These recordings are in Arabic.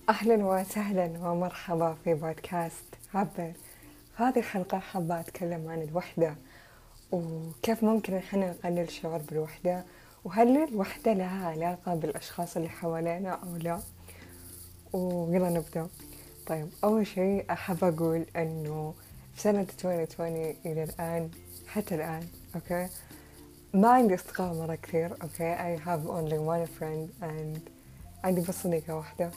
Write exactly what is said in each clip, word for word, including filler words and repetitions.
أهلا وسهلا ومرحبا في بودكاست عبر. في هذه الحلقة حابة أتكلم عن الوحدة وكيف ممكن إحنا نقلل الشعور بالوحدة، وهل الوحدة لها علاقة بالأشخاص اللي حوالينا أو لا. ويلا نبدأ. طيب، أول شيء أحب أقول أنه في سنة ألفين وعشرين إلى الآن، حتى الآن أوكي، ما عندي أصدقاء مرة كثير. أوكي I have only one friend and عندي بس صديقة واحدة.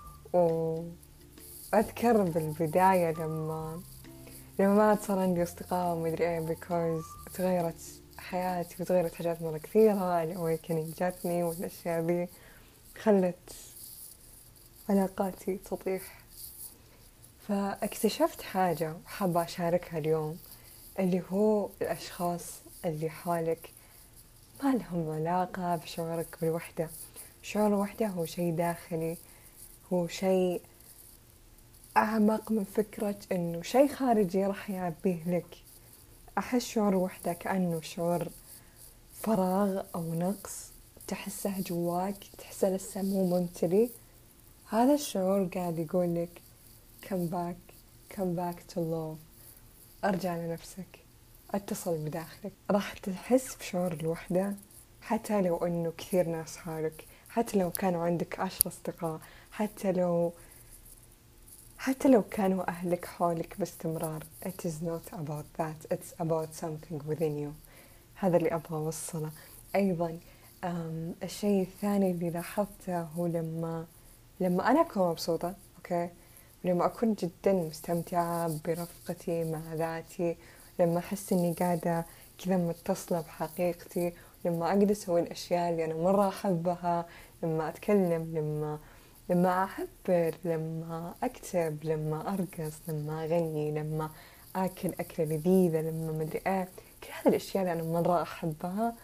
وأذكر بالبداية لما لما ما عاد صار عندي أصدقاء ومدري إيه because تغيرت حياتي وتغيرت حاجات مرة كثيرة. الأويكنينج جاتني والأشياء ذي خلت علاقاتي تطيح. فاكتشفت حاجة وحابة أشاركها اليوم، اللي هو الأشخاص اللي حولك ما لهم علاقة بشعورك بالوحدة. شعور الوحدة هو شيء داخلي، هو شيء أعمق من فكرة أنه شيء خارجي راح يعبيه لك. أحس شعور الوحدة كأنه شعور فراغ أو نقص تحسه جواك، تحسه لسه مو ممتلي. هذا الشعور قاعد يقول لك come back come back to love. أرجع لنفسك، اتصل بداخلك. راح تحس بشعور الوحدة حتى لو أنه كثير ناس حولك، حتى لو كانوا عندك عشر أصدقاء، حتى لو حتى لو كانوا أهلك حولك باستمرار. It is not about that, it's about something within you. هذا اللي أبغى أوصله. أيضا أم، الشيء الثاني اللي لاحظته هو لما لما أنا أكون مبسوطة، أوكي، لما أكون جدا مستمتعة برفقتي مع ذاتي، لما أحس إني قاعدة كذا متصلة بحقيقتي، لما أقدر أسوي الأشياء اللي أنا مرة أحبها، لما أتكلم، لما لما أعبر، لما أكتب، لما أرقص، لما أغني، لما أكل أكلة لذيذة، لما مدري إيه، كل هذه الأشياء اللي أنا مرة أحبها،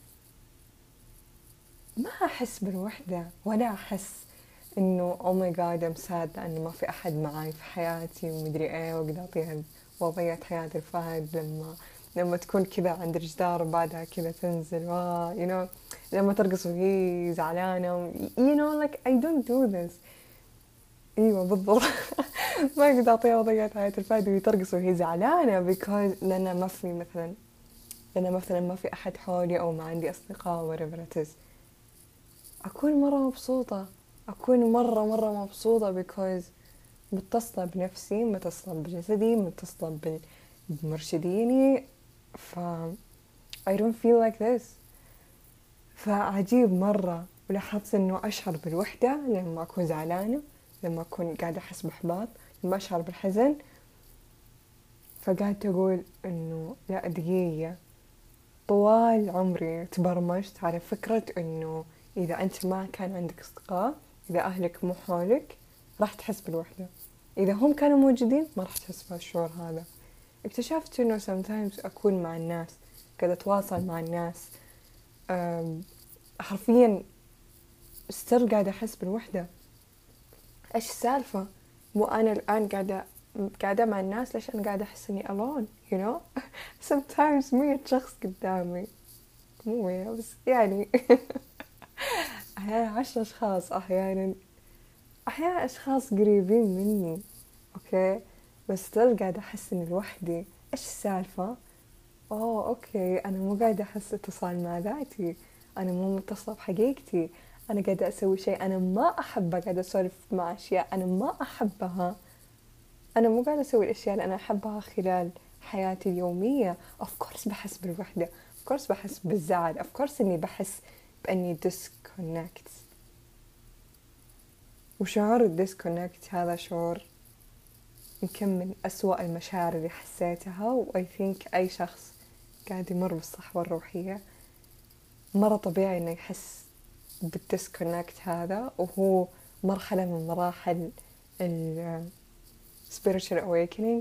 ما أحس بالوحدة ولا أحس إنه أو ماي جاد أم ساد لأنه ما في أحد معاي في حياتي ومدري إيه وأقدر أعطيها وضعية حياة الفهد. لما لما تكون كذا عند الجدار وبعدها كذا تنزل واه you know لما ترقص وهي زعلانة you know like I don't do this. ايوه بالضبط. ما اقدر اعطيها وضعية حياة الفهد وهي ترقص وهي زعلانة because لأن ما في مثلا لأن مثلا ما في أحد حولي أو ما عندي أصدقاء whatever it is. أكون مرة مبسوطة، أكون مرة مرة مبسوطة because متصلة بنفسي، متصلة بجسدي، متصلة بال- بمرشديني. ف I don't feel like this. فعجيب مرة. ولاحظت إنه أشعر بالوحدة لما أكون زعلانة، لما أكون قاعدة أحس بإحباط، لما أشعر بالحزن. فقعدت أقول إنه لا دقيقة، طوال عمري تبرمجت على فكرة إنه إذا أنت ما كان عندك أصدقاء، إذا أهلك مو حولك، راح تحس بالوحدة. إذا هم كانوا موجودين ما راح تحس بهالشعور هذا. اكتشفت إنه sometimes أكون مع الناس، قاعدة أتواصل مع الناس، أم، حرفيا ستيل قاعدة أحس بالوحدة. إيش السالفة؟ مو أنا الآن قاعدة قاعدة مع الناس، ليش أنا قاعدة أحس إني alone you know. sometimes مية شخص قدامي، مو مية بس يعني أحيانا عشر أشخاص، أحيانا أحيانا أشخاص قريبين مني، أوكي، بس تل قاعدة أحس إني لوحدي. إيش السالفة؟ أوه أوكي، أنا مو قاعدة أحس اتصال مع ذاتي، أنا مو متصلة بحقيقتي، أنا قاعدة أسوي شيء أنا ما أحبه، قاعدة أسولف مع أشياء أنا ما أحبها، أنا مو قاعدة أسوي الأشياء اللي أنا أحبها خلال حياتي اليومية. of course بحس بالوحدة، of course بحس بالزعل، of course إني بحس بأني disconnect. وشعور الديسكونكت هذا شعور يمكن من أسوأ المشاعر اللي حسيتها. و I think أي شخص قاعد يمر بالصحوة الروحية مرة طبيعي إنه يحس بالديسكونكت هذا، وهو مرحلة من مراحل ال spiritual awakening.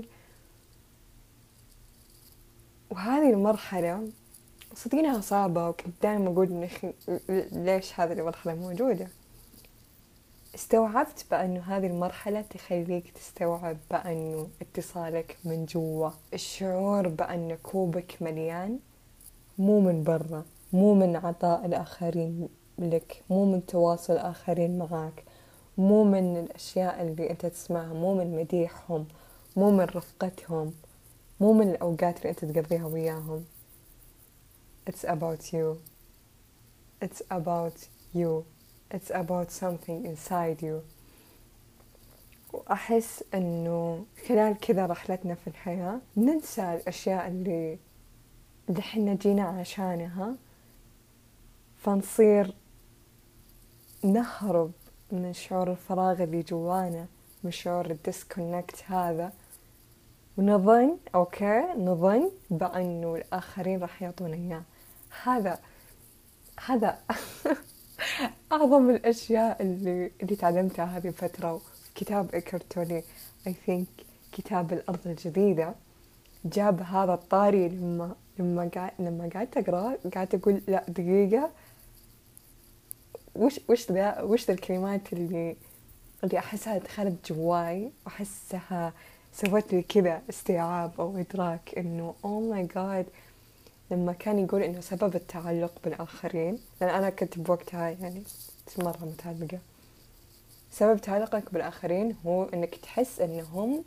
وهذه المرحلة صدقينها صعبة، وكنت دائما أقول إن ليش هذه المرحلة موجودة. استوعبت بأنه هذه المرحلة تخليك تستوعب بأنه اتصالك من جوا، الشعور بأن كوبك مليان، مو من برا، مو من عطاء الآخرين لك، مو من تواصل الآخرين معاك، مو من الأشياء اللي أنت تسمعها، مو من مديحهم، مو من رفقتهم، مو من الأوقات اللي أنت تقضيها وياهم. It's about you. It's about you. It's about something inside you. وأحس أنه خلال كذا رحلتنا في الحياة ننسى الأشياء اللي اللي حنا جينا عشانها، فنصير نهرب من شعور الفراغ اللي جوانا، من شعور الديسكونكت هذا، ونظن أوكي نظن بأنه الآخرين راح يعطونا إياه. هذا هذا أعظم الأشياء اللي اللي تعلمتها هذه الفترة. كتاب إيكرتولي I think كتاب الأرض الجديدة جاب هذا الطاري. لما لما قاعد لما قعدت أقرأ قعدت أقول لا دقيقة، وش وش ذا وش ذا الكلمات اللي اللي أحسها دخلت جواي، وأحسها سوت لي كذا استيعاب أو إدراك إنه oh my god. لما كان يقول إنه سبب التعلق بالآخرين، لأن أنا كنت بوقتها يعني مرة متعلقة، سبب تعلقك بالآخرين هو إنك تحس إنهم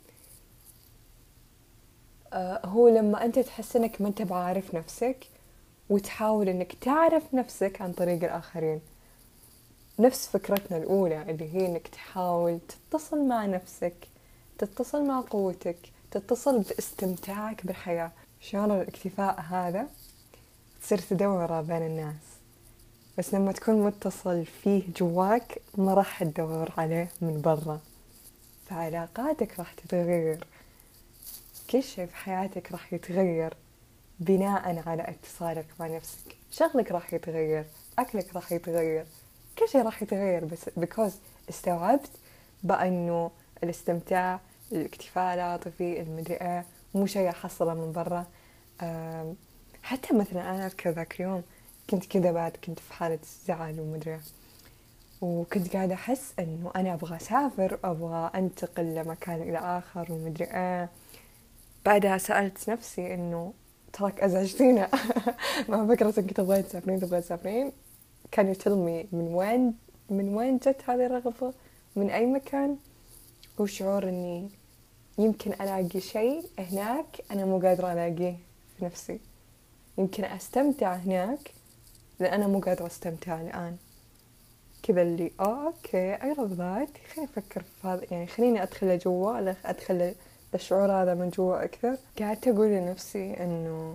آه هو لما أنت تحس إنك ما أنت بعارف نفسك، وتحاول إنك تعرف نفسك عن طريق الآخرين. نفس فكرتنا الأولى اللي هي إنك تحاول تتصل مع نفسك، تتصل مع قوتك، تتصل باستمتاعك بالحياة. شعور الاكتفاء هذا تصير تدوره بين الناس، بس لما تكون متصل فيه جواك ما راح تدور عليه من برا. فعلاقاتك راح تتغير، كل شيء في حياتك راح يتغير بناء على اتصالك مع نفسك. شغلك راح يتغير، أكلك راح يتغير، كل شيء راح يتغير، بس because استوعبت بأنه الاستمتاع، الاكتفاء العاطفي، المدري ايه مو شيء أحصله من برا. حتى مثلا أنا أذكر ذاك اليوم كنت كذا بعد كنت في حالة زعل ومدري ايه، وكنت قاعدة أحس أنه أنا أبغى أسافر، أبغى أنتقل لمكان إلى آخر ومدري ايه. بعدها سألت نفسي أنه تراك أزعجتينا مع فكرة أنك تبغين تسافرين تبغين تسافرين. كان يتلمي من وين من وين جت هذه الرغبة، من أي مكان. وشعور أني يمكن ألاقي شيء هناك أنا مو قادرة ألاقيه في نفسي، يمكن أستمتع هناك لأن أنا مو قادرة أستمتع الآن. كذا اللي آه أوكي I love that. خليني أفكر في هذا، يعني خليني أدخل جوا، أدخل الشعور هذا من جوا أكثر. قعدت أقول لنفسي أنه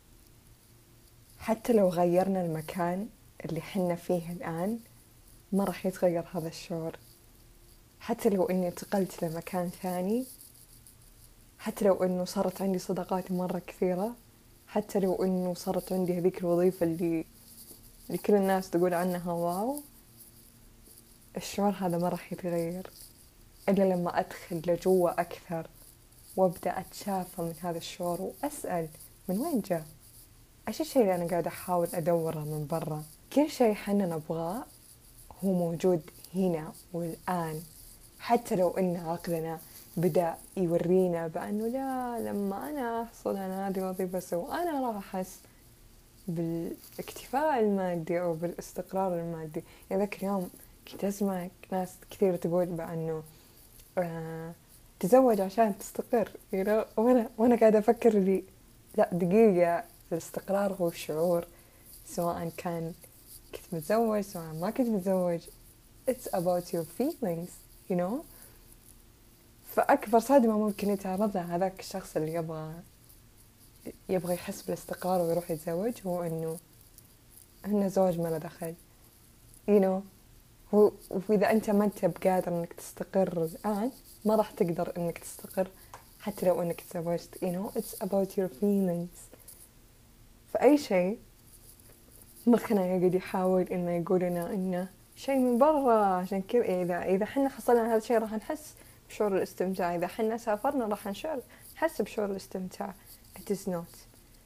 حتى لو غيرنا المكان اللي حنا فيه الآن ما راح يتغير هذا الشعور. حتى لو إني انتقلت لمكان ثاني، حتى لو إنه صارت عندي صداقات مرة كثيرة، حتى لو إنه صارت عندي هذيك الوظيفة اللي اللي كل الناس تقول عنها واو، الشعور هذا ما راح يتغير إلا لما أدخل لجوا أكثر وأبدأ أتشافى من هذا الشعور وأسأل من وين جاء، إيش الشيء اللي أنا قاعدة أحاول أدوره من برا. كل شيء حنا نبغاه هو موجود هنا والآن، حتى لو إن عقلنا بدأ يورينا بأنه لا لما أنا أحصل على هذه الوظيفة سو أنا راح أحس بالاكتفاء المادي أو بالاستقرار المادي. يعني ذاك اليوم كنت أسمع ناس كثير تقول بأنه آه تزوج عشان تستقر، وأنا وأنا قاعدة أفكر لي لا دقيقة، الاستقرار هو الشعور، سواء كان كنت متزوج سواء ما كنت متزوج. it's about your feelings you know. فأكبر صدمة ممكن يتعرض لها هذاك الشخص اللي يبغى يبغى يحس بالاستقرار ويروح يتزوج هو إنه إنه زواج ما له دخل you know. هو وإذا أنت ما أنت بقادر إنك تستقر الآن ما راح تقدر إنك تستقر حتى لو إنك تزوجت you know. it's about your feelings. فأي شيء مخنا يقعد يحاول إنه يقول لنا إنه شيء من برا، عشان كذا إذا إذا حنا حصلنا هذا الشيء راح نحس بشعور الاستمتاع، إذا حنا سافرنا راح نشعر نحس بشعور الاستمتاع. it is not.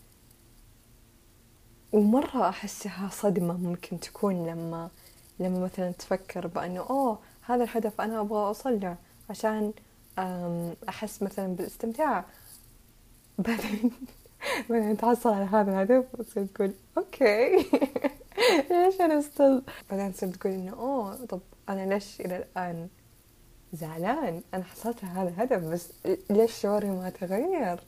ومرة أحسها صدمة ممكن تكون لما لما مثلا تفكر بأنه أوه هذا الهدف أنا أبغى أوصل له عشان أحس مثلا بالاستمتاع، بعدين بعدين تحصل على هذا الهدف وتصير تقول أوكي ليش أنا استل بعدين تصير تقول إنه أوه طب أنا ليش إلى الآن زعلان، أنا حصلت هذا الهدف بس ليش شعوري ما تغير؟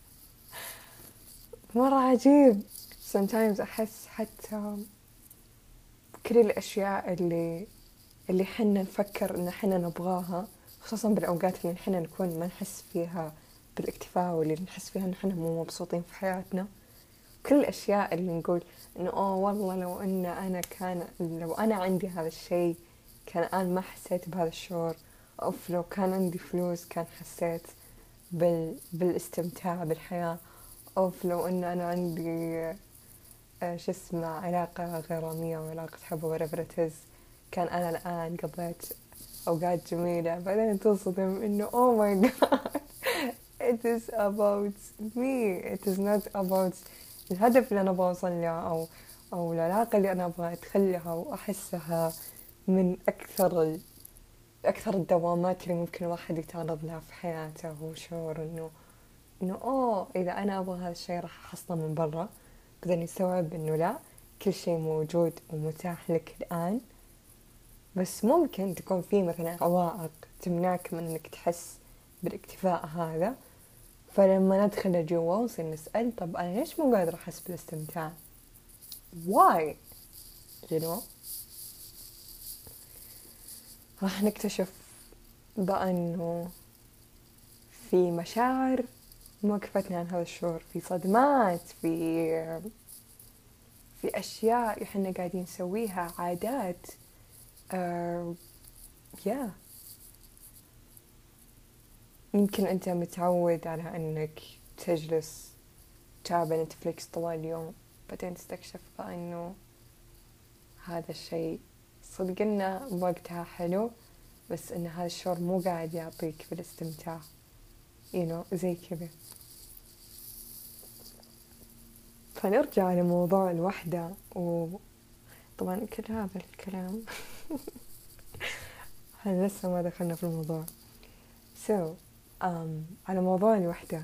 مرة عجيب. sometimes أحس حتى كل الأشياء اللي اللي حنا نفكر إن حنا نبغاها، خصوصا بالأوقات اللي حنا نكون ما نحس فيها بالاكتفاء واللي نحس فيها إن حنا مو مبسوطين في حياتنا، كل الأشياء اللي نقول إنه أوه والله لو إن أنا كان لو أنا عندي هذا الشيء كان أنا ما حسيت بهذا الشعور، أوف لو كان عندي فلوس كان حسيت بال... بالاستمتاع بالحياة، أوف لو إن أنا عندي آه، شو اسمه علاقة غرامية وعلاقة حب whatever it is كان أنا الآن قضيت أوقات جميلة. بعدين تصدم إنه oh my god it is about me, it is not about الهدف اللي أنا بوصل له أو أو العلاقة اللي أنا أبغى أدخلها وأحسها من أكثر ال... أكثر الدوامات اللي ممكن الواحد يتعرض لها في حياته. هو شعور إنه إنه أوه إذا أنا أبغى هذا الشيء راح أحصله من برا، بعدين يستوعب إنه لا، كل شيء موجود ومتاح لك الآن، بس ممكن تكون في مثلا عوائق تمنعك من إنك تحس بالاكتفاء هذا. فلما ندخل لجوا ونصير نسأل طب أنا ليش مو قادرة أحس بالاستمتاع؟ why you know راح نكتشف بقى إنه في مشاعر موقفتنا عن هذا الشعور، في صدمات، في في أشياء إحنا قاعدين نسويها، عادات آه يا يمكن أنت متعود على أنك تجلس تتابع نتفليكس طوال اليوم، بعدين تستكشف بقى أنه هذا الشيء صدق إنه وقتها حلو بس إن هذا الشعور مو قاعد يعطيك بالاستمتاع you know زي كذا. فنرجع لموضوع الوحدة، وطبعا كل هذا الكلام احنا لسه ما دخلنا في الموضوع. so um, على موضوع الوحدة،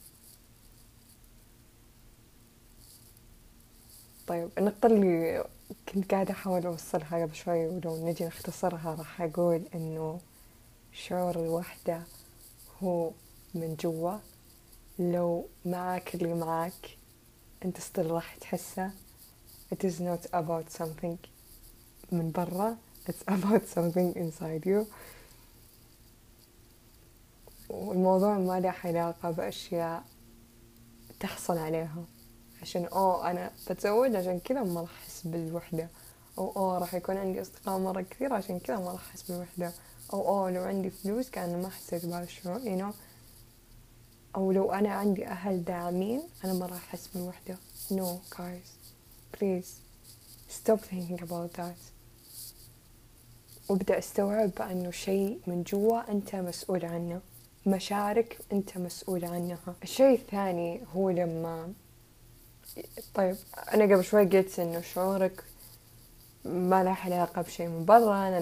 طيب النقطة اللي كنت قاعدة أحاول أوصلها قبل شوي ولو نجي نختصرها راح أقول إنه شعور الوحدة هو من جوا، لو معاك اللي معاك أنت still راح تحسه. it is not about something من برا, it's about something inside you. والموضوع ما له علاقة بأشياء تحصل عليها عشان أوه أنا بتزوج عشان كذا ما راح أحس بالوحدة، أو أوه راح يكون عندي أصدقاء مرة كثير عشان كذا ما راح أحس بالوحدة، أو أوه لو عندي فلوس كأنه ما حسيت بهذا الشعور you know. أو لو أنا عندي أهل داعمين أنا ما راح أحس بالوحدة. no guys please stop thinking about that. وابدأ استوعب بأنه شيء من جوا أنت مسؤول عنه، مشاعرك أنت مسؤول عنها. الشيء الثاني هو لما طيب أنا قبل شوي قلت إنه شعورك ما له علاقة بشيء من برا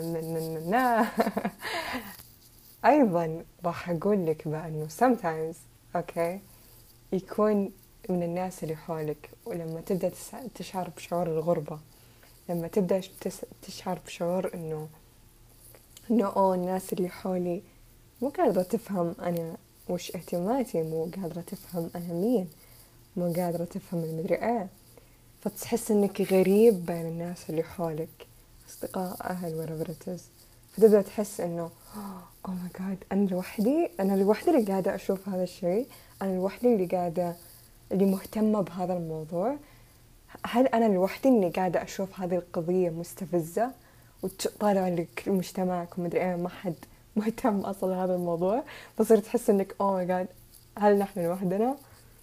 أيضا راح أقول لك بأنه sometimes أوكي يكون من الناس اللي حولك، ولما تبدأ تشعر بشعور الغربة، لما تبدأ تشعر بشعور إنه إنه أوه الناس اللي حولي مو قادرة تفهم أنا وش اهتماماتي، مو قادرة تفهم أنا مين، مو قادرة تفهم المدري إيه، فتحس إنك غريب بين الناس اللي حولك، أصدقاء أهل ورفرتز، فتبدأ تحس إنه oh my god أنا لوحدي، أنا لوحدي اللي قاعدة أشوف هذا الشيء، أنا لوحدي اللي قاعدة اللي مهتمة بهذا الموضوع، هل أنا لوحدي اللي قاعدة أشوف هذه القضية مستفزة وتطالع لك مجتمعك ومدري إيه ما حد مهتم أصلا هذا الموضوع، فصير تحس إنك oh my god هل نحن لوحدنا؟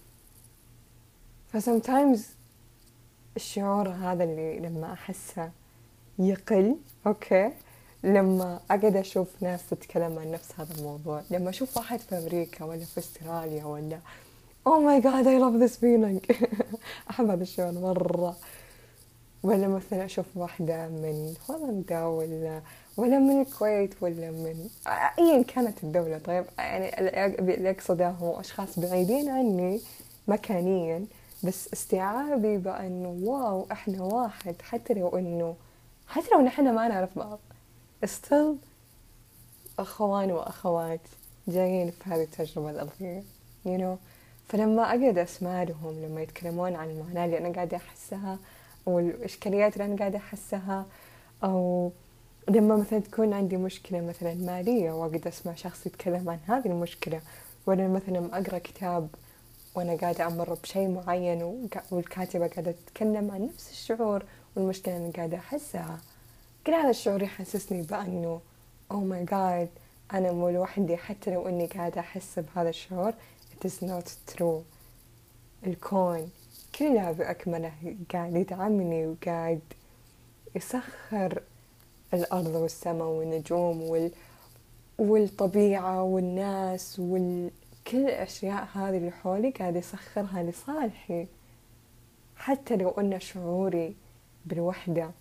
فsometimes الشعور هذا اللي لما أحسه يقل أوكي لما أقعد أشوف ناس تتكلم عن نفس هذا الموضوع، لما أشوف واحد في أمريكا ولا في أستراليا ولا oh my god I love this feeling أحب هذا الشعور مرة، ولا مثلا أشوف واحدة من هولندا ولا ولا من الكويت ولا من أيا كانت الدولة. طيب يعني اللي أقصده هو أشخاص بعيدين عني مكانيا، بس استيعابي بأنه واو إحنا واحد، حتى لو إنه حتى لو نحن ما نعرف بعض still أخوان وأخوات جايين في هذه التجربة الأرضية you know. فلما أقعد أسمع لهم لما يتكلمون عن المعاناة اللي أنا قاعدة أحسها أو الإشكاليات اللي أنا قاعدة أحسها، أو لما مثلا تكون عندي مشكلة مثلا مالية وأقعد أسمع شخص يتكلم عن هذه المشكلة، وأنا مثلا أقرأ كتاب وأنا قاعدة أمر بشيء معين والكاتبة قاعدة تتكلم عن نفس الشعور والمشكلة اللي قاعدة أحسها، كل هذا الشعور يحسسني بأنه oh my god أنا مو لوحدي، حتى لو أني قاعدة أحس بهذا الشعور it is not true. الكون كله بأكمله قاعد يدعمني وقاعد يسخر الأرض والسماء والنجوم وال... والطبيعة والناس وكل الأشياء هذه اللي حولي قاعد يسخرها لصالحي، حتى لو أن شعوري بالوحدة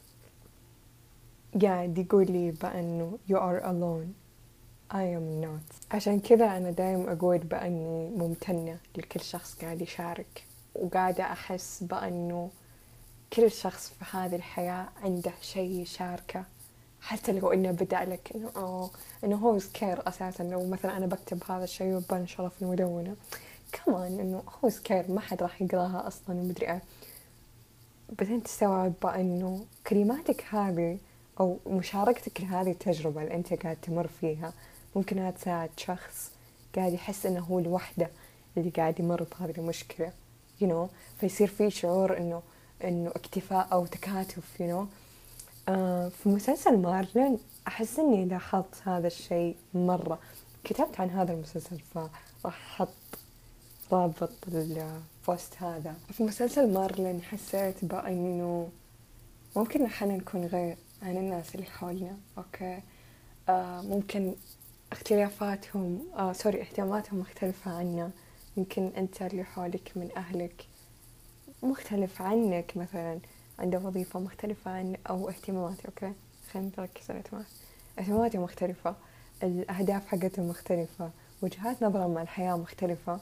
قاعد يقول لي بأنه you are alone I am not. عشان كذا أنا دايم أقول بأني ممتنة لكل شخص قاعد يشارك، وقاعدة أحس بأنه كل شخص في هذه الحياة عنده شيء يشاركه، حتى لو إنه بدأ لك إنه أوه إنه هو سكير أساسا. لو مثلا أنا بكتب هذا الشيء وبنشره في المدونة كمان إنه هو سكير ما حد راح يقراها أصلا ومدري إيه، بعدين تستوعب بأنه كلماتك هذه أو مشاركتك لهذه التجربة اللي أنت قاعد تمر فيها ممكن أنها تساعد شخص قاعد يحس إنه هو الوحدة اللي قاعد يمر بهذه المشكلة you know. فيصير في شعور إنه إنه اكتفاء أو تكاتف you know. آه في مسلسل مارلين أحس إني لاحظت هذا الشيء مرة، كتبت عن هذا المسلسل فراح أحط رابط البوست هذا. في مسلسل مارلين حسيت بأنه ممكن نحن نكون غير عن الناس اللي حولنا أوكي. آه ممكن اختلافاتهم آه سوري اهتماماتهم مختلفة عنا، يمكن أنت اللي حولك من أهلك مختلف عنك، مثلا عنده وظيفة مختلفة عن أو اهتمامات أوكي خلينا نركز على الاهتمامات، اهتماماتي مختلفة، الأهداف حقتهم مختلفة، وجهات نظرهم مع الحياة مختلفة،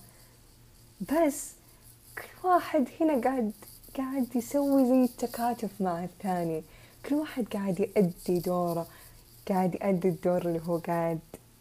بس كل واحد هنا قاعد قاعد يسوي زي التكاتف مع الثاني، كل واحد قاعد يؤدي دوره، قاعد يؤدي الدور اللي هو قاعد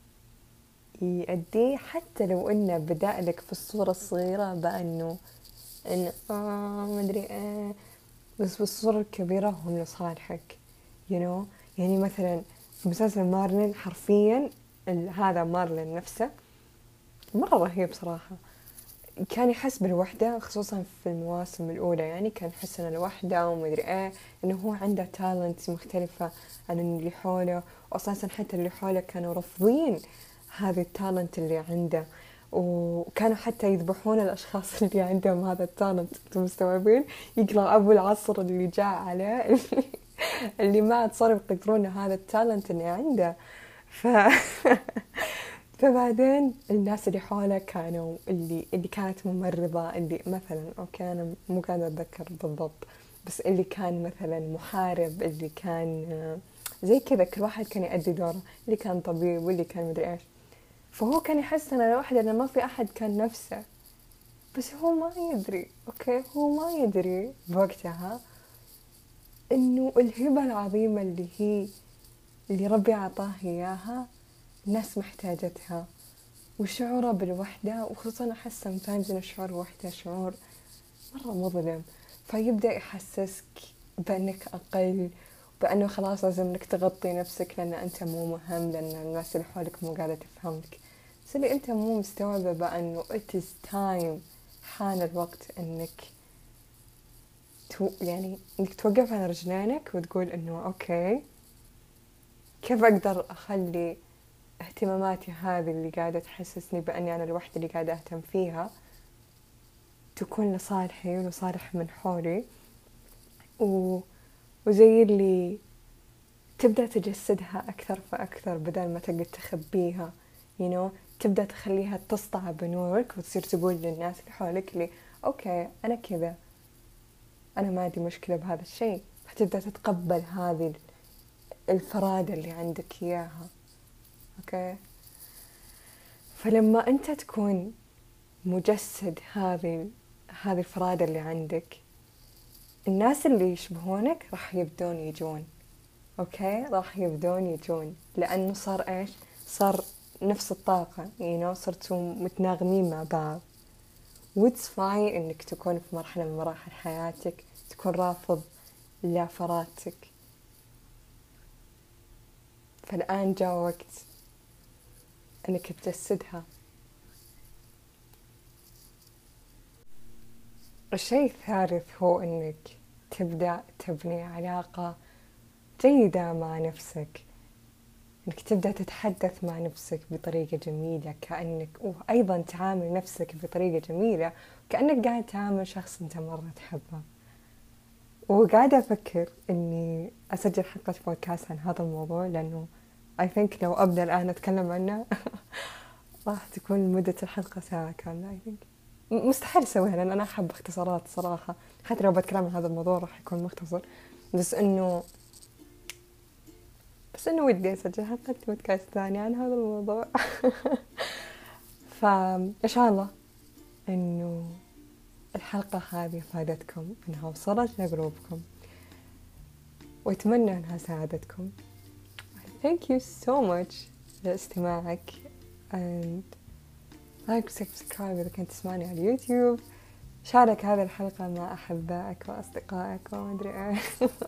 يؤديه، حتى لو إنه بدأ لك في الصورة الصغيرة بأنه إنه آه مدري إيه، بس بالصورة الكبيرة هم لصالحك you know. يعني مثلا في مسلسل مارلين حرفيا هذا مارلين نفسه مرة رهيب صراحة، كان يحس بالوحدة خصوصا في المواسم الأولى، يعني كان يحس إنه الوحدة ومدري إيه، إنه هو عنده تالنت مختلفة عن اللي حوله، وأساسا حتى اللي حوله كانوا رافضين هذا التالنت اللي عنده، وكانوا حتى يذبحون الأشخاص اللي عندهم هذا التالنت. أنتم مستوعبين؟ يقرأ أبو العصر اللي جاء عليه اللي ما صاروا يقدرون هذا التالنت اللي عنده. ف فبعدين الناس اللي حوله كانوا اللي اللي كانت ممرضة، اللي مثلا أوكي أنا مو قادرة أتذكر بالضبط، بس اللي كان مثلا محارب، اللي كان زي كذا، كل واحد كان يؤدي دوره، اللي كان طبيب واللي كان مدري إيش. فهو كان يحس أنا لوحده لأن ما في أحد كان نفسه، بس هو ما يدري أوكي هو ما يدري بوقتها إنه الهبة العظيمة اللي هي اللي ربي عطاه إياها الناس محتاجتها، وشعوره بالوحدة، وخصوصا أحس sometimes إن الشعور بالوحدة شعور مرة مظلم، فيبدأ يحسسك بأنك أقل، بأنه خلاص لازم إنك تغطي نفسك لأن أنت مو مهم، لأن الناس اللي حولك مو قاعدة تفهمك، بس اللي أنت مو مستوعبة بأنه it is time، حان الوقت إنك تو يعني إنك توقف على رجلينك وتقول إنه أوكي كيف أقدر أخلي اهتماماتي هذه اللي قاعدة تحسسني بأني أنا الوحدة اللي قاعدة أهتم فيها تكون لصالحي ولصالح من حولي، و... وزي اللي تبدأ تجسدها أكثر فأكثر بدل ما تقعد تخبيها you know. تبدأ تخليها تسطع بنورك وتصير تقول للناس اللي حولك لي أوكي أنا كذا، أنا ما عندي مشكلة بهذا الشيء، فتبدأ تتقبل هذه الفرادة اللي عندك إياها أوكي. فلما أنت تكون مجسد هذه هذه الفرادة اللي عندك، الناس اللي يشبهونك راح يبدون يجون أوكي، راح يبدون يجون، لأنه صار إيش؟ صار نفس الطاقة you know صرتوا متناغمين مع بعض. واتس فاين إنك تكون في مرحلة من مراحل حياتك تكون رافض لافراتك، فالآن جاء وقت إنك تجسدها. الشيء الثالث هو إنك تبدأ تبني علاقة جيدة مع نفسك، إنك تبدأ تتحدث مع نفسك بطريقة جميلة، كأنك وأيضا تعامل نفسك بطريقة جميلة كأنك قاعد تعامل شخص أنت مرة تحبه. وقاعدة أفكر إني أسجل حلقة بودكاست عن هذا الموضوع، لأنه I think لو أبدأ الآن أتكلم عنه راح تكون مدة الحلقة ساعة كاملة. I think مستحيل أسويها، لأن أنا أحب اختصارات صراحة، حتى لو بتكلم عن هذا الموضوع راح يكون مختصر، بس إنه بس إنه ودي أسجل حلقة بودكاست ثانية عن هذا الموضوع. فإن شاء الله إنه الحلقة هذه فادتكم، إنها وصلت لقلوبكم، وأتمنى إنها ساعدتكم. Thank you so much لاستماعك and like subscribe إذا كنت تسمعني على اليوتيوب. شارك هذه الحلقة مع أحبائك وأصدقائك وما أدري إيش.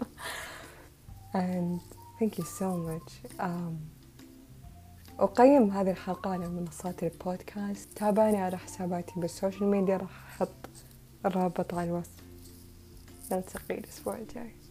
and thank you so much. um, أقيم هذه الحلقة على منصات البودكاست. تابعني على حساباتي بالسوشيال ميديا، راح أحط الرابط على الوصف. نلتقي الأسبوع الجاي.